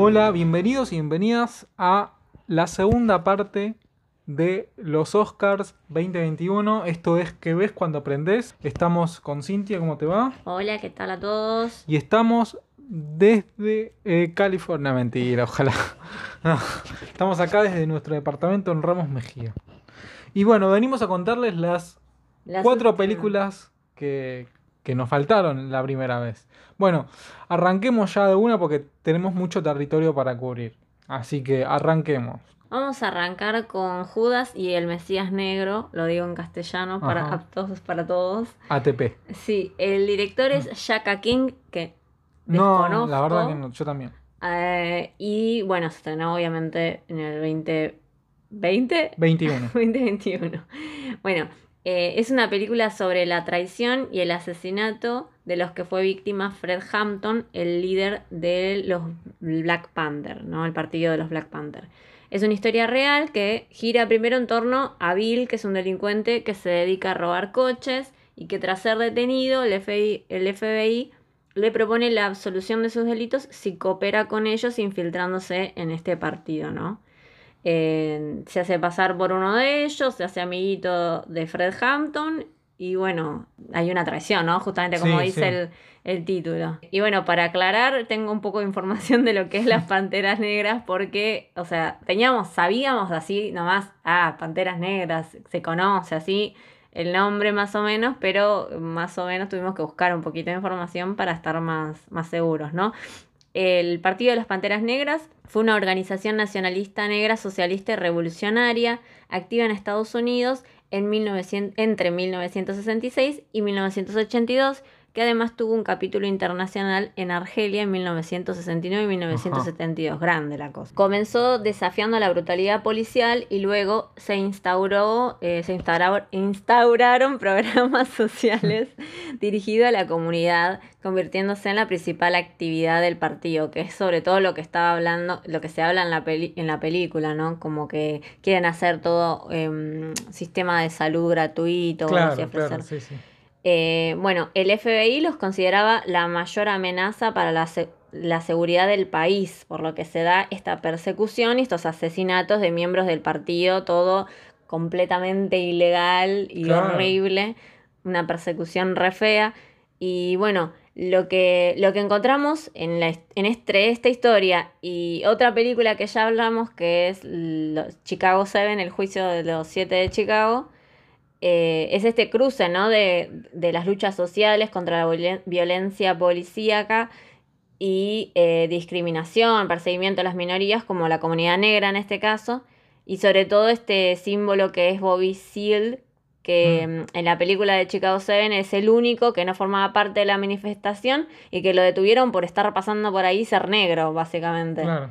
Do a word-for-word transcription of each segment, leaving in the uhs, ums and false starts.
Hola, bienvenidos y bienvenidas a la segunda parte de los Oscars veinte veintiuno. Esto es ¿Qué ves cuando aprendés? Estamos con Cintia, ¿cómo te va? Hola, ¿qué tal a todos? Y estamos desde eh, California, mentira, ojalá. No, estamos acá desde nuestro departamento en Ramos Mejía. Y bueno, venimos a contarles las Las cuatro últimas. películas que, que nos faltaron la primera vez. Bueno, arranquemos ya de una porque tenemos mucho territorio para cubrir. Así que arranquemos. Vamos a arrancar con Judas y el Mesías Negro, lo digo en castellano para Ajá. aptos para todos. A T P. Sí, el director es Shaka King, que No, desconozco. la verdad que no, yo también. Eh, y bueno, se estrenó obviamente en el veinte veinte. veintiuno. veinte veintiuno. Bueno, eh, es una película sobre la traición y el asesinato de los que fue víctima Fred Hampton, el líder de los Black Panther, ¿no? El partido de los Black Panther. Es una historia real que gira primero en torno a Bill, que es un delincuente que se dedica a robar coches y que tras ser detenido, el F B I, el F B I le propone la absolución de sus delitos si coopera con ellos infiltrándose en este partido, ¿no? Eh, se hace pasar por uno de ellos, se hace amiguito de Fred Hampton y bueno, hay una traición, ¿no? Justamente como Sí, dice sí. el, el título. Y bueno, para aclarar, tengo un poco de información de lo que es las Panteras Negras porque, o sea, teníamos, sabíamos así nomás, ah, Panteras Negras, se conoce así el nombre más o menos, pero más o menos tuvimos que buscar un poquito de información para estar más, más seguros, ¿no? El Partido de las Panteras Negras fue una organización nacionalista negra, socialista y revolucionaria, activa en Estados Unidos en mil novecientos, entre mil novecientos sesenta y seis y mil novecientos ochenta y dos, que además tuvo un capítulo internacional en Argelia en mil novecientos sesenta y nueve y mil novecientos setenta y dos. Ajá. Grande la cosa. Comenzó desafiando la brutalidad policial y luego se instauró, eh, se instauraron, instauraron programas sociales dirigidos a la comunidad, convirtiéndose en la principal actividad del partido, que es sobre todo lo que estaba hablando, lo que se habla en la peli, en la película, ¿no? Como que quieren hacer todo eh, sistema de salud gratuito, Claro, y ofrecer. claro, sí, sí. Eh, bueno, el F B I los consideraba la mayor amenaza para la, se la seguridad del país, por lo que se da esta persecución y estos asesinatos de miembros del partido, todo completamente ilegal y Claro. horrible, una persecución re fea. Y bueno, lo que, lo que encontramos en, la, en este, esta historia y otra película que ya hablamos, que es los Chicago siete, el juicio de los siete de Chicago, Eh, es este cruce, ¿no? de, de las luchas sociales contra la violencia policíaca y eh, discriminación, perseguimiento a las minorías, como la comunidad negra en este caso, y sobre todo este símbolo que es Bobby Seale, que mm. en la película de Chicago siete es el único que no formaba parte de la manifestación y que lo detuvieron por estar pasando por ahí ser negro, básicamente. Claro.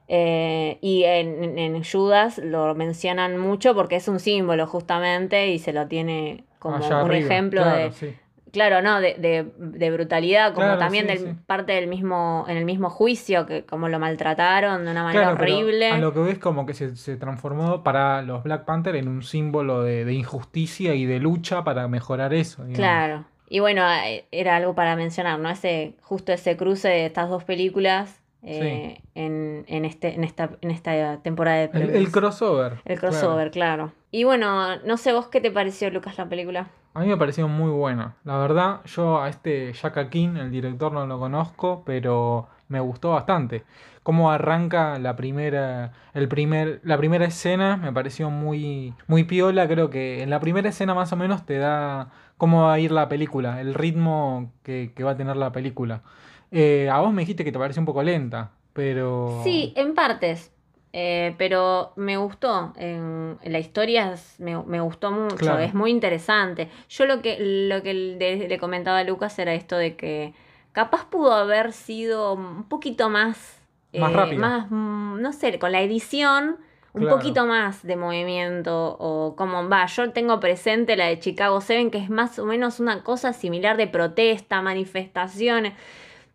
Eh, y en, en Judas lo mencionan mucho porque es un símbolo justamente y se lo tiene como Allá un arriba, ejemplo claro, de, sí. claro, no, de, de, de brutalidad, como Claro, también sí, del, sí. parte del mismo, en el mismo juicio, que como lo maltrataron de una manera Claro, pero horrible. a lo que ves como que se, se transformó para los Black Panther en un símbolo de, de injusticia y de lucha para mejorar eso, digamos. Claro. Y bueno, eh, era algo para mencionar, ¿no? Ese, justo ese cruce de estas dos películas eh, Sí. en, en, este, en, esta, en esta temporada de El, premios. el crossover. El crossover, claro. claro. Y bueno, no sé vos qué te pareció, Lucas, la película. A mí me pareció muy buena. La verdad, yo a este Shaka King, el director, no lo conozco, pero me gustó bastante. Cómo arranca la primera, el primer, la primera escena me pareció muy, muy piola. Creo que en la primera escena más o menos te da cómo va a ir la película, el ritmo que, que va a tener la película. Eh, a vos me dijiste que te pareció un poco lenta, pero... Sí, en partes. Eh, pero me gustó. En, en la historia es- me, me gustó mucho. Claro. Es muy interesante. Yo lo que, lo que le, le comentaba a Lucas era esto de que capaz pudo haber sido un poquito más. Más eh, rápida. más, mm, no sé, con la edición. Un Claro. poquito más de movimiento o como va. Yo tengo presente la de Chicago siete, que es más o menos una cosa similar de protesta, manifestaciones.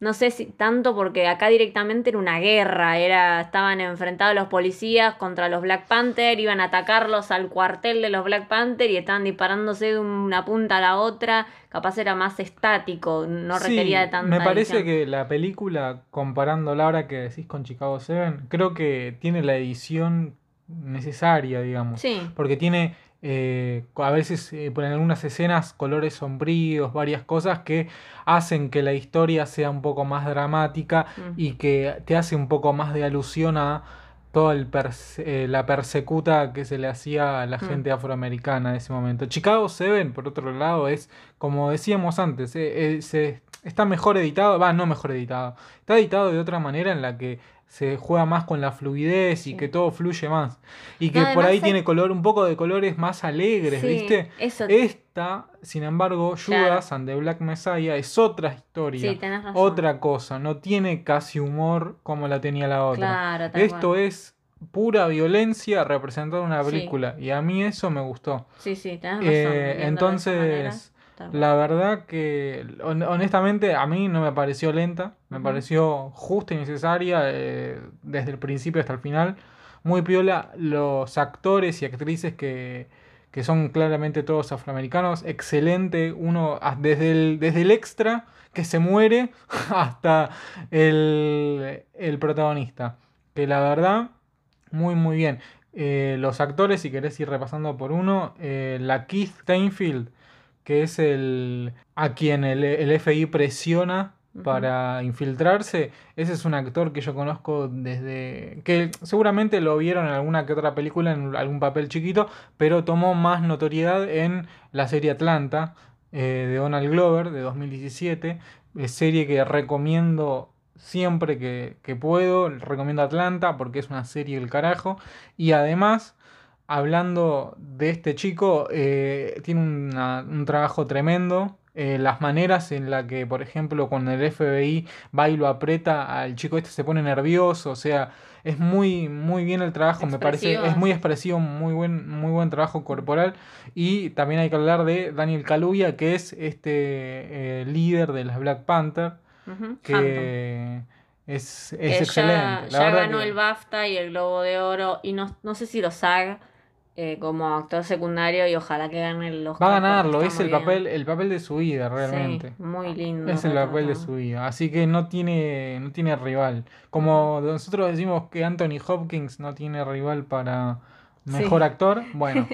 no sé si tanto porque acá directamente era una guerra, era, estaban enfrentados los policías contra los Black Panther, iban a atacarlos al cuartel de los Black Panther y estaban disparándose de una punta a la otra, capaz era más estático, no requería de Sí, tanta me parece edición. que la película, comparándola ahora que decís con Chicago Seven, creo que tiene la edición necesaria, digamos, Sí, porque tiene eh, a veces eh, por en algunas escenas colores sombríos, varias cosas que hacen que la historia sea un poco más dramática mm, y que te hace un poco más de alusión a toda el perse- eh, la persecuta que se le hacía a la mm, gente afroamericana en ese momento. Chicago Seven, por otro lado, es como decíamos antes, eh, eh, se, está mejor editado, va, no mejor editado, está editado de otra manera en la que se juega más con la fluidez y que sí. todo fluye más. Y No, que por además ahí hay, tiene color, un poco de colores más alegres, sí, ¿viste? eso, Esta, sin embargo, claro, Judas and the Black Messiah es otra sí, historia, tenés razón, otra cosa, no tiene casi humor como la tenía la otra. claro, tal Esto cual, es pura violencia representada en una sí, película y a mí eso me gustó. sí, sí, tenés razón, Eh, viéndolo de esa manera, entonces, tal cual. la verdad que hon- honestamente a mí no me pareció lenta, me Ujú, pareció justa y necesaria eh, desde el principio hasta el final. Muy piola los actores y actrices que, que son claramente todos afroamericanos, excelente, uno ah, desde el, desde el extra que se muere hasta el, el protagonista, que la verdad, muy muy bien. Eh, los actores, si querés ir repasando por uno, eh, la Keith Steinfield, que es el a quien el, el F B I presiona ujú. para infiltrarse, ese es un actor que yo conozco desde que seguramente lo vieron en alguna que otra película, en algún papel chiquito, pero tomó más notoriedad en la serie Atlanta eh, de Donald Glover de dos mil diecisiete, eh, serie que recomiendo siempre que, que puedo, recomiendo Atlanta porque es una serie del carajo. Y además, hablando de este chico, eh, tiene una- un trabajo tremendo. Eh, las maneras en la que, por ejemplo, cuando el F B I va y lo aprieta, al chico este se pone nervioso. O sea, es muy, muy bien el trabajo, me parece. Es Expresivos, muy expresivo, muy buen, muy buen trabajo corporal. Y también hay que hablar de Daniel Kaluuya, que es este eh, líder de las Black Panther, ujú, Hampton. que es, es Que ya, excelente. La ya verdad ganó que el BAFTA y el Globo de Oro y no, no sé si lo SAG eh, como actor secundario y ojalá que gane el va a Oscar porque ganarlo, está es muy el bien. papel, el papel de su vida Sí, realmente. muy lindo Es el papel de retratado. su vida. Así que no tiene, no tiene rival. Ujú. Como nosotros decimos que Anthony Hopkins no tiene rival para mejor Sí, actor, bueno,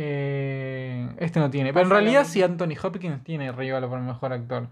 eh, este no tiene. Pero en pasa lo realidad sí mismo. Anthony Hopkins tiene rival para mejor actor.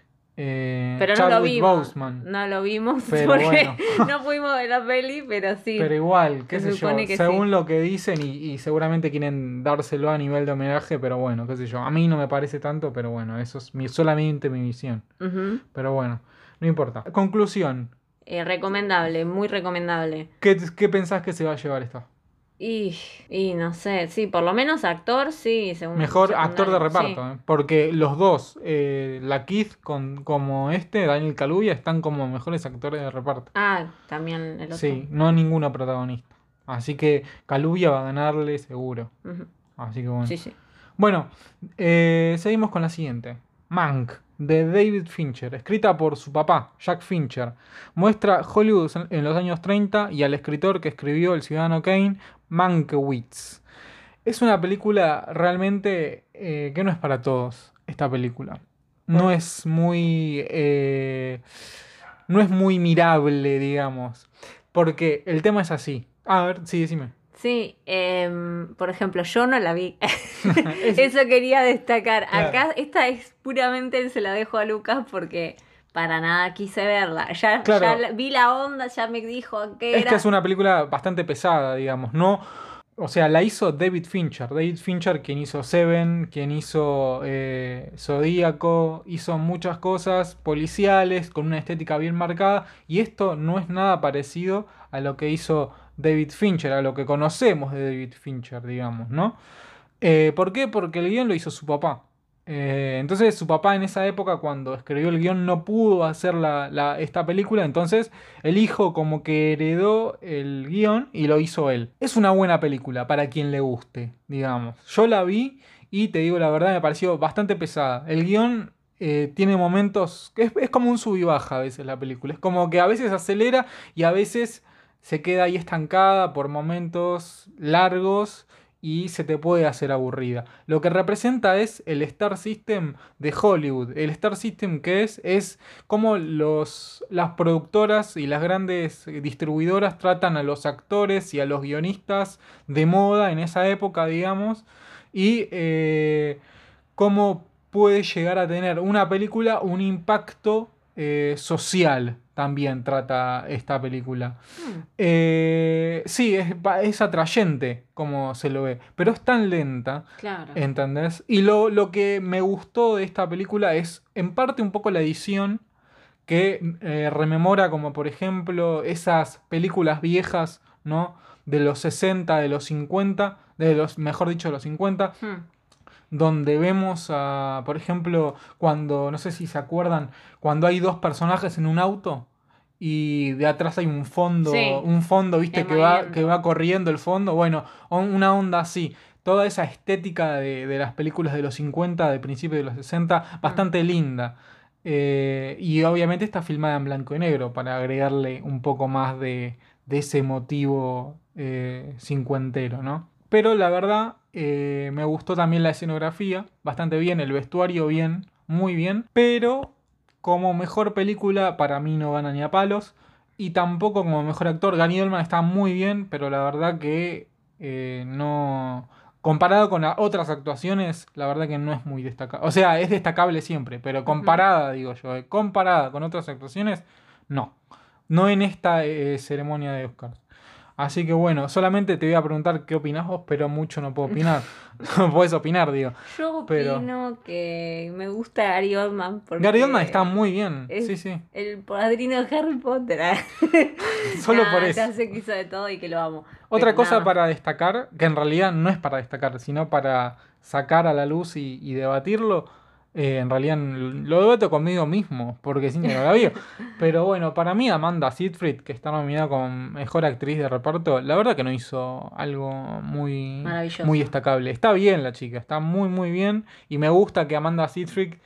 Eh, Pero no lo Chadwick vimos, Boseman. no lo vimos Pero porque bueno. no pudimos ver la peli, pero Pero sí, igual, qué se sé yo, supone que sí. según lo que dicen y, y seguramente quieren dárselo a nivel de homenaje, pero bueno, qué sé yo. A mí no me parece tanto, pero bueno, eso es mi, solamente mi visión. Ujú. Pero bueno, no importa. Conclusión, Eh, recomendable, muy recomendable. ¿qué, qué pensás que se va a llevar esto? Y, y no sé, sí, por lo menos actor, sí, según Mejor actor de secundario, reparto, sí. ¿eh? Porque los dos, eh, la Keith con, como este, Daniel Kaluuya, están como mejores actores de reparto. Ah, también el otro. Sí, no ninguno protagonista. Así que Kaluuya va a ganarle seguro. Ujú. Así que bueno. Sí, sí. Bueno, eh, seguimos con la siguiente. Mank, de David Fincher, escrita por su papá, Jack Fincher. Muestra Hollywood en los años treinta y al escritor que escribió El Ciudadano Kane, Mankiewicz. Es una película realmente eh, que no es para todos, esta película. No Por- es muy... eh, no es muy mirable, digamos. Porque el tema es así. A ver, sí, decime. Sí, em, por ejemplo, yo no la vi. Es- Eso quería destacar. claro. Acá, esta es puramente, se la dejo a Lucas porque para nada quise verla. Ya, ya Claro, la- vi la onda, ya me dijo qué es que es era. una película bastante pesada, digamos, ¿no? O sea, la hizo David Fincher. David Fincher, quien hizo Seven, quien hizo eh, Zodíaco, hizo muchas cosas policiales, con una estética bien marcada. Y esto no es nada parecido a lo que hizo David Fincher, a lo que conocemos de David Fincher, digamos, ¿no? Eh, ¿por qué? Porque el guión lo hizo su papá. Eh, entonces su papá en esa época cuando escribió el guión no pudo hacer la, la- esta película, entonces el hijo como que heredó el guión y lo hizo él. Es una buena película para quien le guste, digamos. Yo la vi y te digo la verdad me pareció bastante pesada. El guión eh, tiene momentos, es, es como un sub y baja a veces la película. Es como que a veces acelera y a veces se queda ahí estancada por momentos largos y se te puede hacer aburrida. Lo que representa es el Star System de Hollywood. El Star System que es, es como los, las productoras y las grandes distribuidoras tratan a los actores y a los guionistas de moda en esa época, digamos. Y eh, cómo puede llegar a tener una película un impacto eh, social. También trata esta película. Mm, Eh, sí, es, pa- es atrayente como se lo ve, pero es tan lenta, claro. ¿entendés? Y lo, lo que me gustó de esta película es en parte un poco la edición que eh, rememora como por ejemplo esas películas viejas, ¿no? De los sesenta, de los cincuenta, de los, mejor dicho, de los cincuenta, Mm, donde vemos a, por ejemplo, cuando, no sé si se acuerdan, cuando hay dos personajes en un auto y de atrás hay un fondo, sí, un fondo, viste, en que va, que movimiento. va corriendo el fondo, bueno, o- una onda así. Toda esa estética de, de las películas de los cincuenta, de principios de los sesenta, Mm. bastante linda. Eh, y obviamente está filmada en blanco y negro para agregarle un poco más de, de ese motivo eh, cincuentero, ¿no? Pero la verdad, eh, me gustó también la escenografía, bastante bien, el vestuario bien, muy bien, pero como mejor película para mí no gana ni a palos, y tampoco como mejor actor, Gary Oldman está muy bien, pero la verdad que eh, no... Comparado con las otras actuaciones, la verdad que no es muy destacable. O sea, es destacable siempre, pero Ujú. comparada, digo yo, eh, comparada con otras actuaciones, no. No en esta eh, ceremonia de Oscars. Así que bueno, solamente te voy a preguntar qué opinás vos, pero mucho no puedo opinar. No puedes opinar, digo. Yo Pero opino que me gusta Gary Oldman Gary Oldman está porque muy bien, es sí, sí. el padrino de Harry Potter. Solo por Nada, eso. ya sé que hizo de todo y que lo amo. Pero Otra nada cosa más. para destacar, que en realidad no es para destacar, sino para sacar a la luz y, y debatirlo, eh, en realidad lo debato conmigo mismo, porque sí que no la veo. Pero bueno, para mí Amanda Seyfried, que está nominada como mejor actriz de reparto, la verdad que no hizo algo muy, muy Maravilloso. destacable. Está bien la chica, está muy muy bien, y me gusta que Amanda Seyfried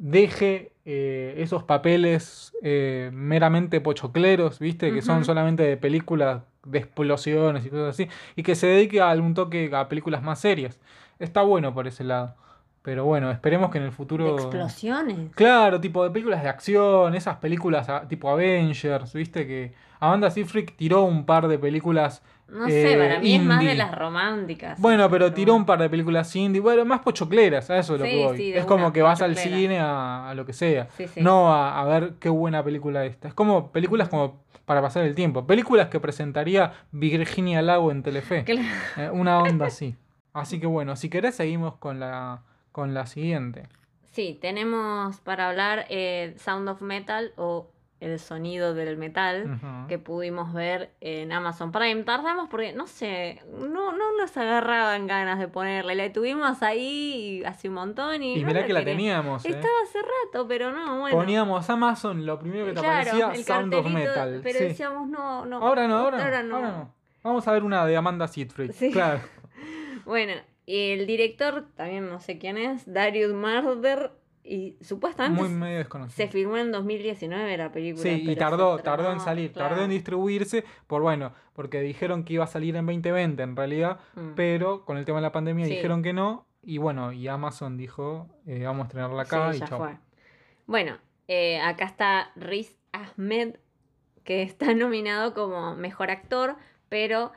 deje eh, esos papeles eh, meramente pochocleros, ¿viste? Que son Ujú. solamente de películas de explosiones y cosas así, y que se dedique a algún toque a películas más serias. Está bueno por ese lado. Pero bueno, esperemos que en el De futuro... explosiones. Claro, tipo de películas de acción, esas películas ah, tipo Avengers, ¿viste? Que Amanda Seyfried tiró un par de películas No sé, eh, para mí es más de indie. las románticas Bueno, ella, pero pero tiró un bueno. par de películas indie, bueno, más pochocleras, a eso es lo que Sí, voy. sí, de Es como una, que vas al pochoclera. cine a, a lo que sea, Sí, sí. no a, a ver qué buena película esta. Es como películas Ujú. como para pasar el tiempo, películas que presentaría Virginia Lago en Telefe. Claro. Eh, una onda así. Así que bueno, si querés seguimos con la, con la siguiente. Sí, tenemos para hablar eh, Sound of Metal o El sonido del metal Ujú. que pudimos ver en Amazon Prime. Tardamos porque, no sé, no, no nos agarraban ganas de ponerle. La tuvimos ahí hace un montón y Y no mirá la que la quería. teníamos, ¿eh? Estaba hace rato, pero no, bueno. Poníamos Amazon, lo primero que Eh, te Claro, aparecía, el Sound of cartelito, Metal. pero Sí. decíamos, no, no, Ahora no, ahora no, ahora ahora no. no. Vamos a ver una de Amanda Seyfried. Sí. Claro. Bueno, el director, también no sé quién es, Darius Marder, y supuestamente Muy s- medio se desconocido. filmó en dos mil diecinueve la película, Sí, y pero se tardó, tardó en estrenó, salir, tardó en claro. distribuirse, por bueno, porque dijeron que iba a salir en veinte veinte en realidad, Mm, pero con el tema de la pandemia sí, dijeron que no, y bueno, y Amazon dijo, eh, vamos a estrenarla sí, acá y ya chau. fue. Bueno, eh, acá está Riz Ahmed, que está nominado como mejor actor, pero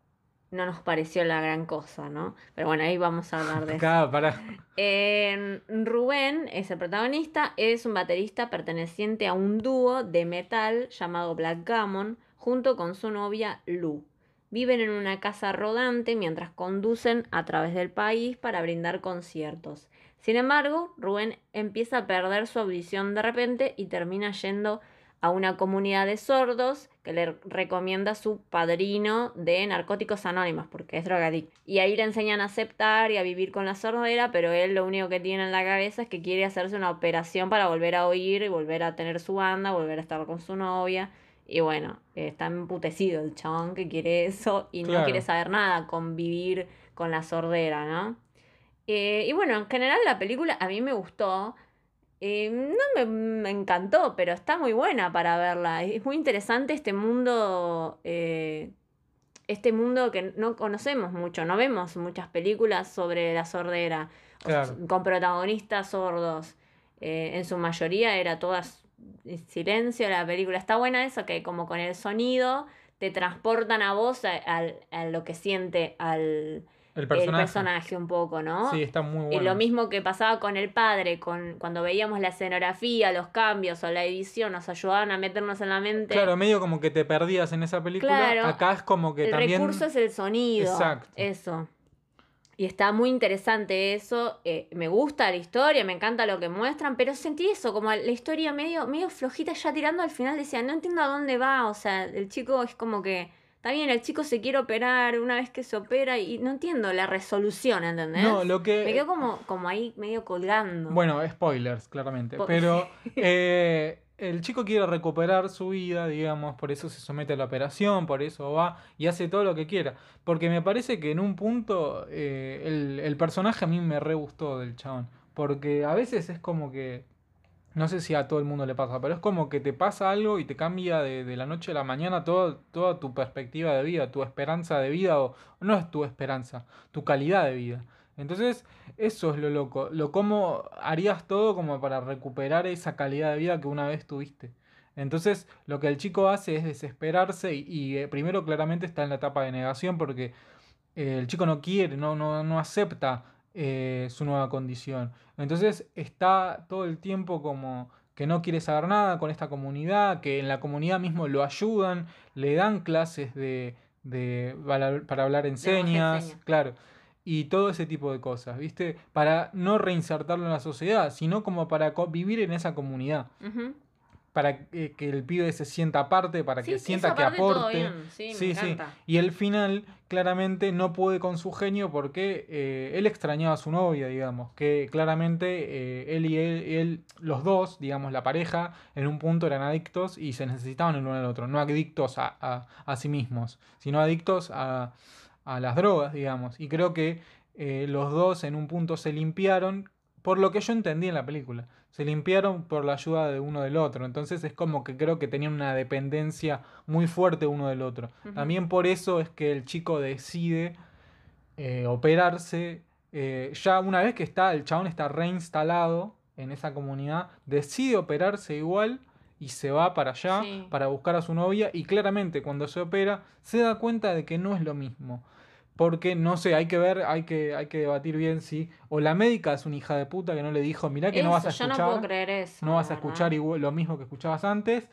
no nos pareció la gran cosa, ¿no? Pero bueno, ahí vamos a hablar de eso. Acá, para. Eh, Rubén es el protagonista, es un baterista perteneciente a un dúo de metal llamado Black Gammon, junto con su novia Lou. Viven en una casa rodante mientras conducen a través del país para brindar conciertos. Sin embargo, Rubén empieza a perder su audición de repente y termina yendo a una comunidad de sordos que le recomienda su padrino de Narcóticos Anónimos, porque es drogadicto. Y ahí le enseñan a aceptar y a vivir con la sordera, pero él lo único que tiene en la cabeza es que quiere hacerse una operación para volver a oír y volver a tener su banda, volver a estar con su novia. Y bueno, está emputecido el chabón que quiere eso y no quiere Claro. saber nada con vivir con la sordera, ¿no? Eh, y bueno, en general la película a mí me gustó. Eh, no me, me encantó, pero está muy buena para verla. Es muy interesante este mundo, eh, este mundo que no conocemos mucho, no vemos muchas películas sobre la sordera, o s- Claro. con protagonistas sordos. Eh, en su mayoría era todas en silencio la película. Está buena eso, que como con el sonido te transportan a vos a, al- a lo que siente al El el personaje. personaje un poco, Sí, ¿no? está muy Eh, bueno lo eso. mismo que pasaba con el padre, con, cuando veíamos la escenografía, los cambios o la edición, nos ayudaban a meternos en la mente. Claro, medio como que te perdías en esa película. Claro, Acá es como que el recurso también. es el sonido, Exacto. eso. Y está muy interesante eso. Eh, me gusta la historia, me encanta lo que muestran, pero sentí eso, como la historia medio, medio flojita ya tirando al final. Decía, no entiendo a dónde va. O sea, el chico es como que. Está bien, el chico se quiere operar una vez que se opera y no entiendo la resolución, No, ¿entendés? lo Me quedo que. como, como ahí medio colgando. Bueno, spoilers, claramente. Po- Pero eh, el chico quiere recuperar su vida, digamos, por eso se somete a la operación, por eso va y hace todo lo que quiera. Porque me parece que en un punto eh, el, el personaje a mí me re gustó del chabón. Porque a veces es como que. No sé si a todo el mundo le pasa, pero es como que te pasa algo y te cambia de, de la noche a la mañana todo, toda tu perspectiva de vida, tu esperanza de vida, o no es tu esperanza, tu calidad de vida. Entonces, eso es lo loco, lo cómo harías todo como para recuperar esa calidad de vida que una vez tuviste. Entonces, lo que el chico hace es desesperarse y, y, eh, primero claramente está en la etapa de negación porque eh, el chico no quiere, no, no, no acepta eh, su nueva condición. Entonces está todo el tiempo como que no quiere saber nada con esta comunidad, que en la comunidad mismo lo ayudan, le dan clases de, de para, para hablar en Lenguaje de señas, señas. claro, y todo ese tipo de cosas, ¿viste? Para no reinsertarlo en la sociedad, sino como para co- vivir en esa comunidad Ujú. para que, que el pibe se sienta aparte, para que Sí, eso sienta que aparte todo aporte. bien, sí, me Sí, sí. encanta. Y el final claramente no puede con su genio porque eh, él extrañaba a su novia, digamos, que claramente eh, él y él, él, los dos, digamos, la pareja, en un punto eran adictos y se necesitaban el uno al otro, no adictos a, a, a sí mismos, sino adictos a, a las drogas, digamos. Y creo que eh, los dos en un punto se limpiaron, por lo que yo entendí en la película se limpiaron por la ayuda de uno del otro. Entonces es como que creo que tenían una dependencia muy fuerte uno del otro. Ujú. También por eso es que el chico decide eh, operarse. Eh, ya una vez que está, el chabón está reinstalado en esa comunidad, decide operarse igual y se va para allá Sí. para buscar a su novia y claramente cuando se opera se da cuenta de que no es lo mismo. Porque no sé, hay que ver, hay que, hay que debatir bien si o la médica es una hija de puta que no le dijo, mirá que no vas Eso, a yo no puedo escuchar, creer eso, no la vas a verdad. escuchar igual- lo mismo que escuchabas antes,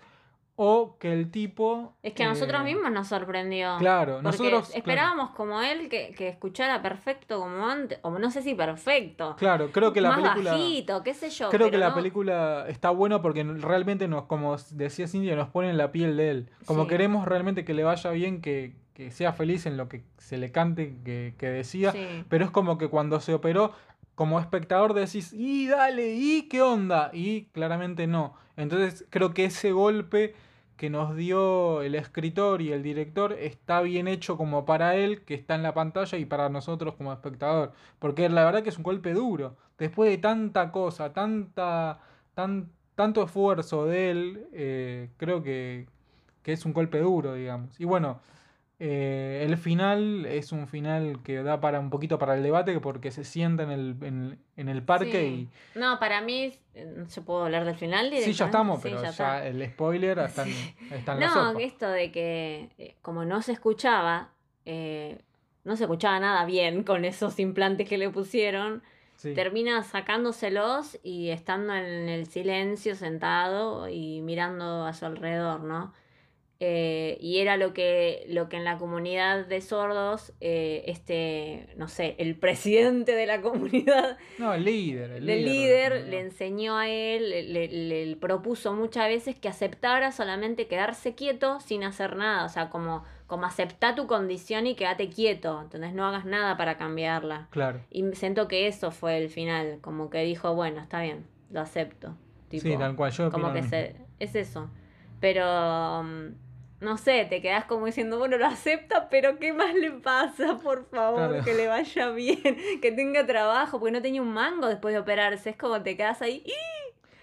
o que el tipo, Es que a nosotros eh, mismos nos sorprendió. claro, Porque nosotros, claro, esperábamos como él que, que escuchara perfecto como antes. O no sé si perfecto. claro, creo que la Más película, bajito, qué sé yo, creo que pero la no. película está buena porque realmente nos, como decía Cindy, nos pone en la piel de él. Como Sí, queremos realmente que le vaya bien, que, que sea feliz en lo que se le cante, que, que decía, sí. pero es como que cuando se operó, como espectador decís, y dale, y qué onda, y claramente no. Entonces creo que ese golpe que nos dio el escritor y el director está bien hecho como para él, que está en la pantalla, y para nosotros como espectador. Porque la verdad que es un golpe duro. Después de tanta cosa, tanta, tan, tanto esfuerzo de él, eh, creo que, que es un golpe duro, digamos. Y bueno, eh, el final es un final que da para un poquito para el debate, porque se sienta en el, en, en el parque Sí. y No, para mí, eh, no se puedo hablar del final sí, ya directamente. estamos, Sí, pero ya está. ya el spoiler está Sí. en, está en la No, sopa. esto de que eh, como no se escuchaba, eh, no se escuchaba nada bien con esos implantes que le pusieron, Sí. termina sacándoselos y estando en el silencio, sentado y mirando a su alrededor, ¿no? Eh, y era lo que, lo que en la comunidad de sordos, eh, este, no sé, el presidente de la comunidad No, el líder, el del líder de la líder le comunidad. enseñó a él, le, le- le propuso muchas veces que aceptara solamente quedarse quieto sin hacer nada, o sea, como, como aceptá tu condición y quédate quieto, entonces no hagas nada para cambiarla. Claro. Y siento que eso fue el final, como que dijo, bueno, está bien, lo acepto, Sí, tipo, tal cual, yo opino como lo que mismo. se, es eso, pero... mm, no sé, te quedás como diciendo, bueno, lo acepta, pero ¿qué más le pasa? Por favor, Claro. que le vaya bien, que tenga trabajo, porque no tenía un mango después de operarse. Es como te quedas ahí. ¡Ih!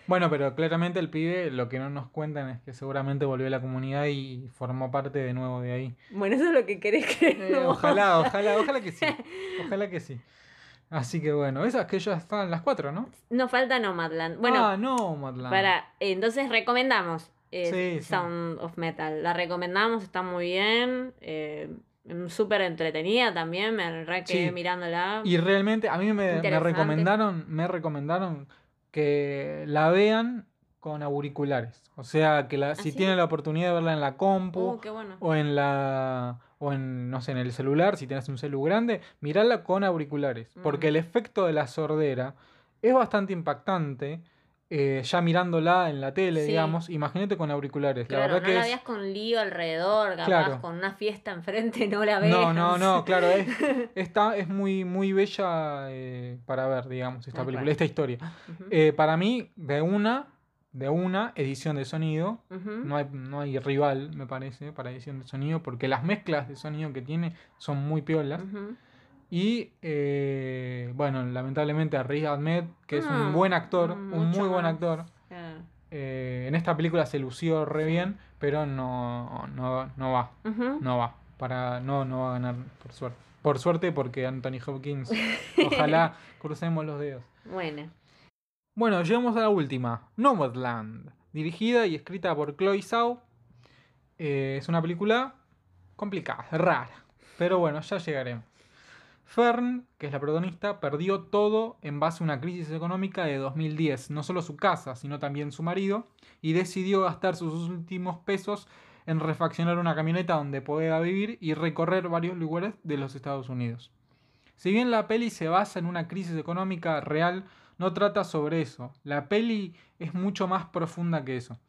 Bueno, pero claramente el pibe lo que no nos cuentan es que seguramente volvió a la comunidad y formó parte de nuevo de ahí. Bueno, eso es lo que querés creer Eh, vos. ojalá, ojalá, ojalá que sí. Ojalá que sí. Así que bueno, esas que ya están las cuatro, ¿no? Nos falta Nomadland. Ah, Bueno, no, Madland. para, entonces recomendamos eh, Sí, sí. Sound of Metal. La recomendamos, está muy bien. Eh, súper entretenida también, me re quedé Sí. mirándola. Y realmente a mí me, me Interesante. recomendaron, me recomendaron que la vean con auriculares. O sea, que la, ¿Ah, si sí? tienen la oportunidad de verla en la compu Uh, qué bueno. o en la o en no sé, en el celular, si tienes un celu grande, mirarla con auriculares, porque Mm. el efecto de la sordera es bastante impactante. Eh, ya mirándola en la tele, Sí, digamos, imagínate con auriculares. La claro, verdad no que la es, veas con lío alrededor, capaz claro. con una fiesta enfrente, no la No, no, veas. no, claro, es, está, es muy, muy bella eh, para ver, digamos, esta Tal película, cual. esta historia. Ujú, Eh, para mí, de una, de una edición de sonido, ujú, no hay, no hay rival, me parece, para edición de sonido, porque las mezclas de sonido que tiene son muy piolas. ujú. Y, eh, bueno, lamentablemente a Riz Ahmed, que es un No, buen actor, mm, un mucho muy buen más. actor, Claro. eh, en esta película se lució re Sí. bien, pero no, no, no va. Ujú. No va. Para, no, no va a ganar, por suerte. Por suerte, porque Anthony Hopkins, ojalá crucemos los dedos. Bueno. Bueno, llegamos a la última. Nomadland. Dirigida y escrita por Chloe Zhao. Eh, es una película complicada, rara. Pero bueno, ya llegaremos. Fern, que es la protagonista, perdió todo en base a una crisis económica de dos mil diez, no solo su casa, sino también su marido, y decidió gastar sus últimos pesos en refaccionar una camioneta donde pueda vivir y recorrer varios lugares de los Estados Unidos. Si bien la peli se basa en una crisis económica real, no trata sobre eso. La peli es mucho más profunda que eso.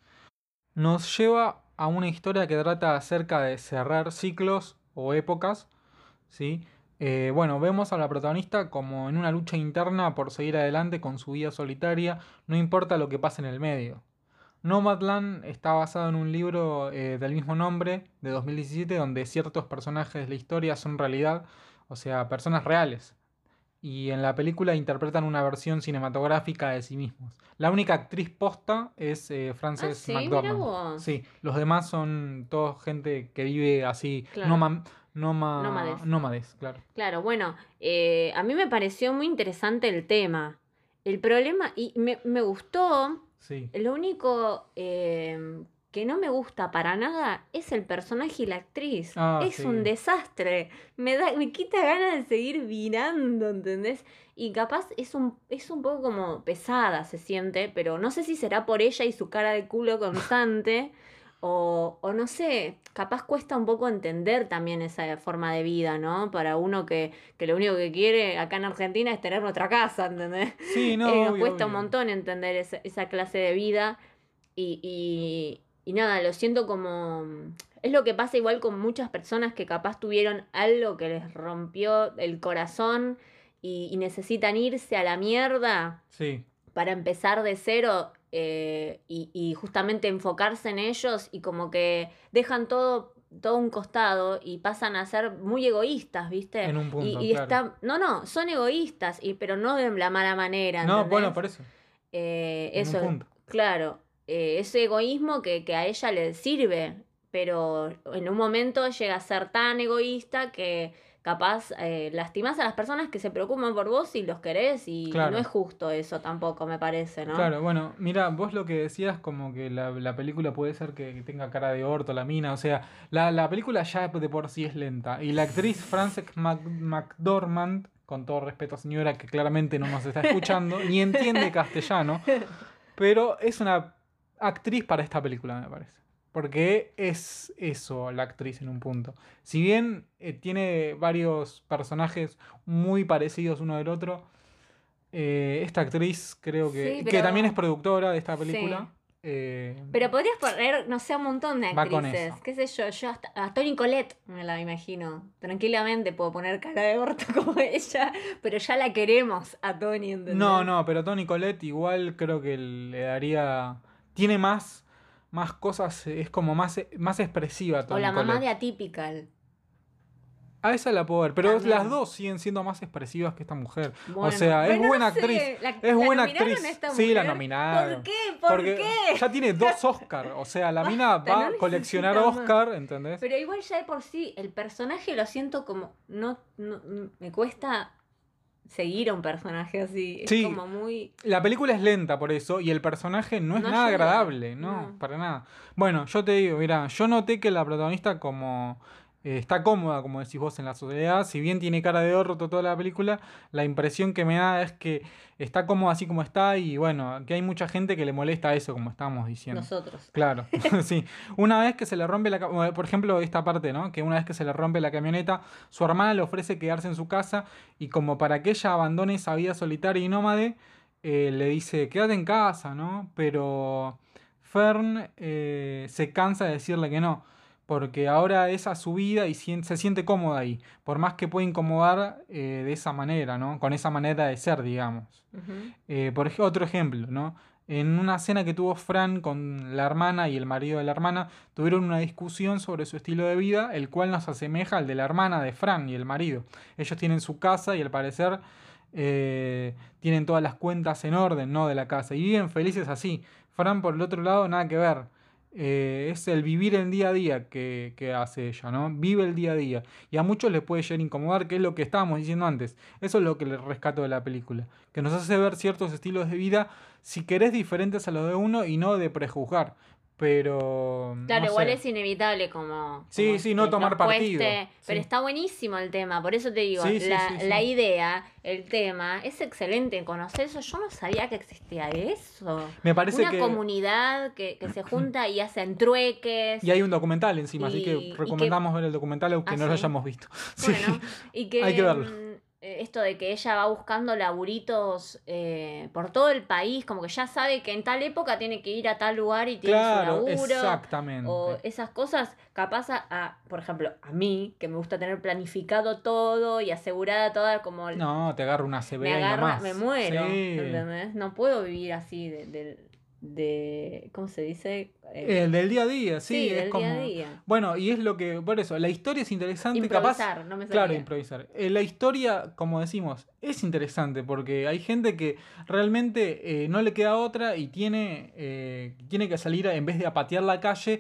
Nos lleva a una historia que trata acerca de cerrar ciclos o épocas, ¿sí? Eh, bueno, vemos a la protagonista como en una lucha interna por seguir adelante con su vida solitaria, no importa lo que pase en el medio. Nomadland está basado en un libro eh, del mismo nombre, de dos mil diecisiete, donde ciertos personajes de la historia son realidad, o sea, personas reales. Y en la película interpretan una versión cinematográfica de sí mismos. La única actriz posta es eh, Ah, Frances sí, mira McDormand. vos. Sí, los demás son todos gente que vive así, Claro, noma- noma- nómades. nómades, claro. Claro, bueno, eh, a mí me pareció muy interesante el tema. El problema, y me, me gustó, Sí. lo único eh, que no me gusta para nada es el personaje y la actriz. Ah, Es un sí. desastre. Me da, me quita ganas de seguir mirando, ¿entendés? Y capaz es un, es un poco como pesada, se siente, pero no sé si será por ella y su cara de culo constante. O, o no sé, capaz cuesta un poco entender también esa forma de vida, ¿no? Para uno que, que lo único que quiere acá en Argentina es tener nuestra casa, ¿entendés? Sí, Eh, no, nos obvio, cuesta un obvio. montón entender esa, esa clase de vida y, y, y nada, lo siento como... Es lo que pasa igual con muchas personas que capaz tuvieron algo que les rompió el corazón y, y necesitan irse a la mierda Sí, para empezar de cero eh, y, y justamente enfocarse en ellos y como que dejan todo, todo un costado y pasan a ser muy egoístas, ¿viste? en un Y, punto, y claro. está, no, no, son egoístas, y, pero no de la mala manera, No, bueno, ¿entendés? por eso, Eh, en un eso, punto. claro, eh, ese egoísmo que, que a ella le sirve, pero en un momento llega a ser tan egoísta que capaz eh, lastimás a las personas que se preocupan por vos y los querés y, y no es Claro, justo eso tampoco, me parece, ¿no? claro, bueno, mira, vos lo que decías como que la, la película puede ser que, que tenga cara de orto la mina, o sea, la, la película ya de por sí es lenta. Y la actriz Frances Mac- McDormand, con todo respeto señora, que claramente no nos está escuchando, ni entiende castellano, pero es una actriz para esta película, me parece. Porque es eso, la actriz en un punto. Si bien eh, tiene varios personajes muy parecidos uno del otro, eh, esta actriz creo Sí, que, que también es pero productora de esta sí. película, eh, Pero podrías poner, no sé, un montón de va con actrices. eso. Qué sé yo, yo hasta a Toni Collette me la imagino. Tranquilamente puedo poner cara de orto como ella, pero ya la queremos a Toni, No, ¿entendés? no, pero Toni Collette igual creo que le daría... Tiene más, más cosas, es como más, más expresiva O Toni la mamá de Collette. Atypical. A esa la puedo ver, pero También. las dos siguen siendo más expresivas que esta mujer. Bueno, o sea, es bueno, buena no sé, actriz. la- es ¿la buena nominaron actriz. a esta Sí, la mujer? nominaron. ¿Por qué? ¿Por Porque qué? ya tiene dos Oscar. O sea, la mina Basta, va no a coleccionar necesita más. Oscar, ¿entendés? Pero igual ya de por sí, el personaje lo siento como. No, no me cuesta seguir a un personaje así. Es Sí. como muy. La película es lenta por eso y el personaje no es No nada ayuda, agradable, no, no. para nada. Bueno, yo te digo, mira, yo noté que la protagonista como eh, está cómoda, como decís vos, en la sociedad, si bien tiene cara de orto toda la película, la impresión que me da es que está cómoda así como está y bueno, que hay mucha gente que le molesta eso, como estábamos diciendo. Nosotros. Claro, sí. Una vez que se le rompe la... ca- bueno, por ejemplo, esta parte, ¿no? Que una vez que se le rompe la camioneta, su hermana le ofrece quedarse en su casa y como para que ella abandone esa vida solitaria y nómade, eh, le dice, quédate en casa, ¿no? Pero Fern eh, se cansa de decirle que no, porque ahora es a su vida y sien- se siente cómoda ahí, por más que puede incomodar eh, de esa manera, ¿no? Con esa manera de ser, digamos. Ujú. Eh, por ej- otro ejemplo, ¿no? En una cena que tuvo Fran con la hermana y el marido de la hermana, tuvieron una discusión sobre su estilo de vida, el cual nos asemeja al de la hermana de Fran y el marido. Ellos tienen su casa y al parecer eh, tienen todas las cuentas en orden, ¿no? De la casa y viven felices así. Fran, por el otro lado, nada que ver. Eh, es el vivir el día a día que, que hace ella, ¿no? Vive el día a día. Y a muchos les puede llegar a incomodar, que es lo que estábamos diciendo antes. Eso es lo que le rescato de la película. Que nos hace ver ciertos estilos de vida, si querés, diferentes a los de uno y no de prejuzgar. Pero... Claro, no igual sé. es inevitable como... Sí, como sí, no que tomar nos cueste, partido. pero Sí. está buenísimo el tema, por eso te digo, Sí, sí, la, sí, sí. la idea, el tema, es excelente conocer eso. Yo no sabía que existía eso. Me parece Una que... comunidad que, que se junta y hacen trueques. Y hay un documental encima, así Y- que y recomendamos ver el documental aunque Ah, no lo sí. hayamos visto. Sí. Bueno, y que, Hay que verlo. mm, eh, esto de que ella va buscando laburitos eh, por todo el país, como que ya sabe que en tal época tiene que ir a tal lugar y tiene Claro, su laburo. exactamente. O esas cosas, capaz a, a, por ejemplo, a mí, que me gusta tener planificado todo y asegurada toda como... el- No, te agarra una C B me y no agarra, más. me muero, Sí. ¿entendés? No puedo vivir así de... de, de- ¿cómo se dice? Eh, El del día a día, sí, sí, es del como... día a día. Bueno, y es lo que... Por eso, la historia es interesante, Improvisar, capaz... no me Claro, salía. improvisar. Eh, la historia, como decimos, es interesante porque hay gente que realmente eh, no le queda otra y tiene, eh, tiene que salir, a- en vez de a patear la calle,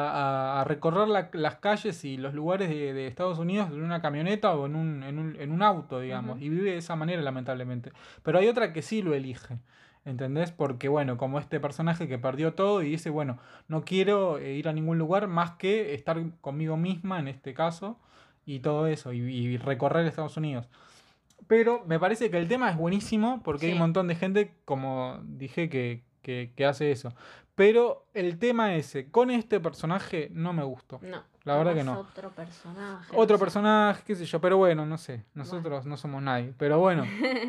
a, a- a recorrer la- las calles y los lugares de, de Estados Unidos en una camioneta o en un, en un, en un auto, digamos. Ujú. Y vive de esa manera, lamentablemente. Pero hay otra que sí lo elige. ¿Entendés? Porque, bueno, como este personaje que perdió todo y dice, bueno, no quiero eh, ir a ningún lugar más que estar conmigo misma en este caso y todo eso, y, y recorrer Estados Unidos. Pero me parece que el tema es buenísimo porque hay Sí. un montón de gente, como dije, que, que, que hace eso. Pero el tema ese, con este personaje, no me gustó. No. La verdad que capaz no. Otro personaje. Otro no sé. personaje, qué sé yo, pero bueno, no sé. Nosotros no somos nadie. Pero bueno.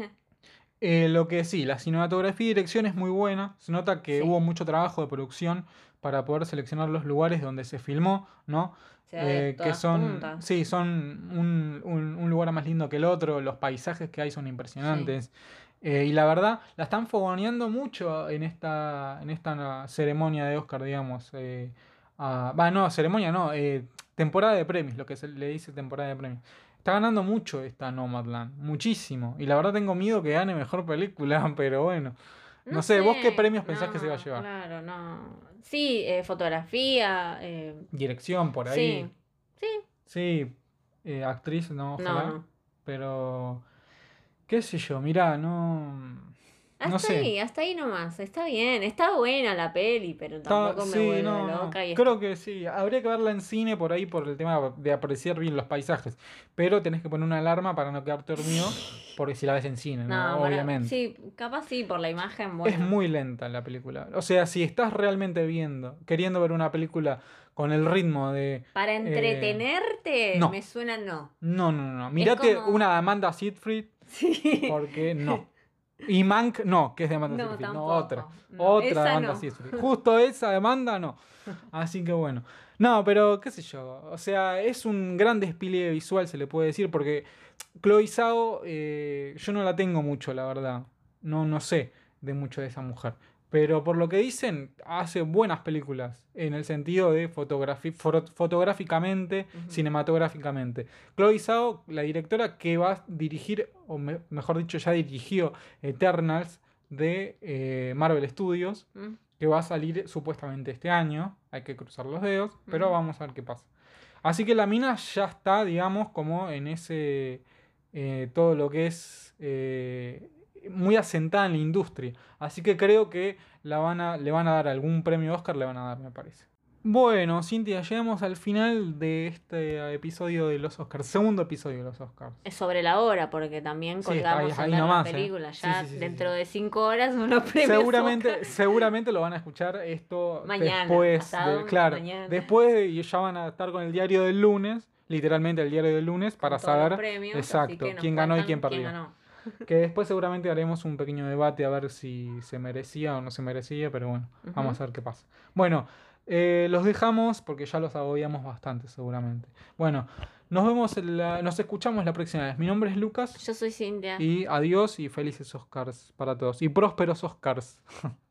Eh, lo que sí, la cinematografía y dirección es muy buena. Se nota que Sí. hubo mucho trabajo de producción para poder seleccionar los lugares donde se filmó, ¿no? Se da de Eh, que todas son, puntas. sí, son un, un- un lugar más lindo que el otro. Los paisajes que hay son impresionantes. Eh, y la verdad, la están fogoneando mucho en esta, en esta ceremonia de Oscar, digamos. Eh, ah, Va, no, ceremonia no, eh, temporada de premios, lo que se le dice temporada de premios. Está ganando mucho esta Nomadland, muchísimo. Y la verdad tengo miedo que gane mejor película, pero bueno. No, sé, ¿vos qué premios pensás que se va a no, llevar? Claro, no. Sí, eh, fotografía. eh, Dirección por ahí. sí, sí. Sí, eh, actriz, no, No, ojalá. no. Pero, qué sé yo, mirá, no... Hasta No sé. ahí, hasta ahí nomás. Está bien, está buena la peli, pero Está- tampoco me sí, vuelve no, no. loca. Y Creo que sí. Habría que verla en cine por ahí por el tema de apreciar bien los paisajes. Pero tenés que poner una alarma para no quedarte dormido. Porque si la ves en cine, ¿no? No, para- Obviamente. sí, capaz sí, por la imagen, bueno. Es muy lenta la película. O sea, si estás realmente viendo, queriendo ver una película con el ritmo de. Para eh, entretenerte, no. me suena no. No, no, no. Mirate como- una de Amanda Seyfried. Sí. Porque no. Y Mank, no, que es de Amanda No, Seyfried. No, tampoco. otra. No, otra de esa Amanda no. Seyfried. Justo esa de Amanda, no. Así que bueno. No, pero qué sé yo. O sea, es un gran despliegue visual, se le puede decir, porque Chloe Zhao, eh, yo no la tengo mucho, la verdad. No, no sé de mucho de esa mujer. Pero por lo que dicen, hace buenas películas. En el sentido de fotografi- foro- fotográficamente, Ujú. cinematográficamente. Chloe Zhao, la directora que va a dirigir, o me- mejor dicho, ya dirigió Eternals de eh, Marvel Studios. Mm, Que va a salir supuestamente este año. Hay que cruzar los dedos, pero ujú. vamos a ver qué pasa. Así que la mina ya está, digamos, como en ese. Eh, todo lo que es. Eh, muy asentada en la industria. Así que creo que la van a, le van a dar algún premio Oscar, le van a dar, me parece. Bueno, Cintia, llegamos al final de este episodio de los Oscars. Segundo episodio de los Oscars. Es sobre la hora, porque también Sí, está ahí, colgamos en ahí ver la nomás, ¿eh? película. Sí, Ya sí, sí, sí, dentro sí. de cinco horas unos premios Seguramente, Oscar. seguramente lo van a escuchar esto Mañana, después pasado, de, claro, mañana. después de- y ya van a estar con el diario del lunes, literalmente el diario del lunes, Con para todos los saber premios, así exacto que nos quién ganó y cuentan quién quién perdió. ganó. Que después seguramente haremos un pequeño debate a ver si se merecía o no se merecía, pero bueno, vamos Ujú. a ver qué pasa. Bueno, eh, los dejamos porque ya los agobiamos bastante seguramente. Bueno, nos vemos, en la- nos escuchamos la próxima vez. Mi nombre es Lucas Yo soy Cintia. y adiós y felices Oscars para todos y prósperos Oscars.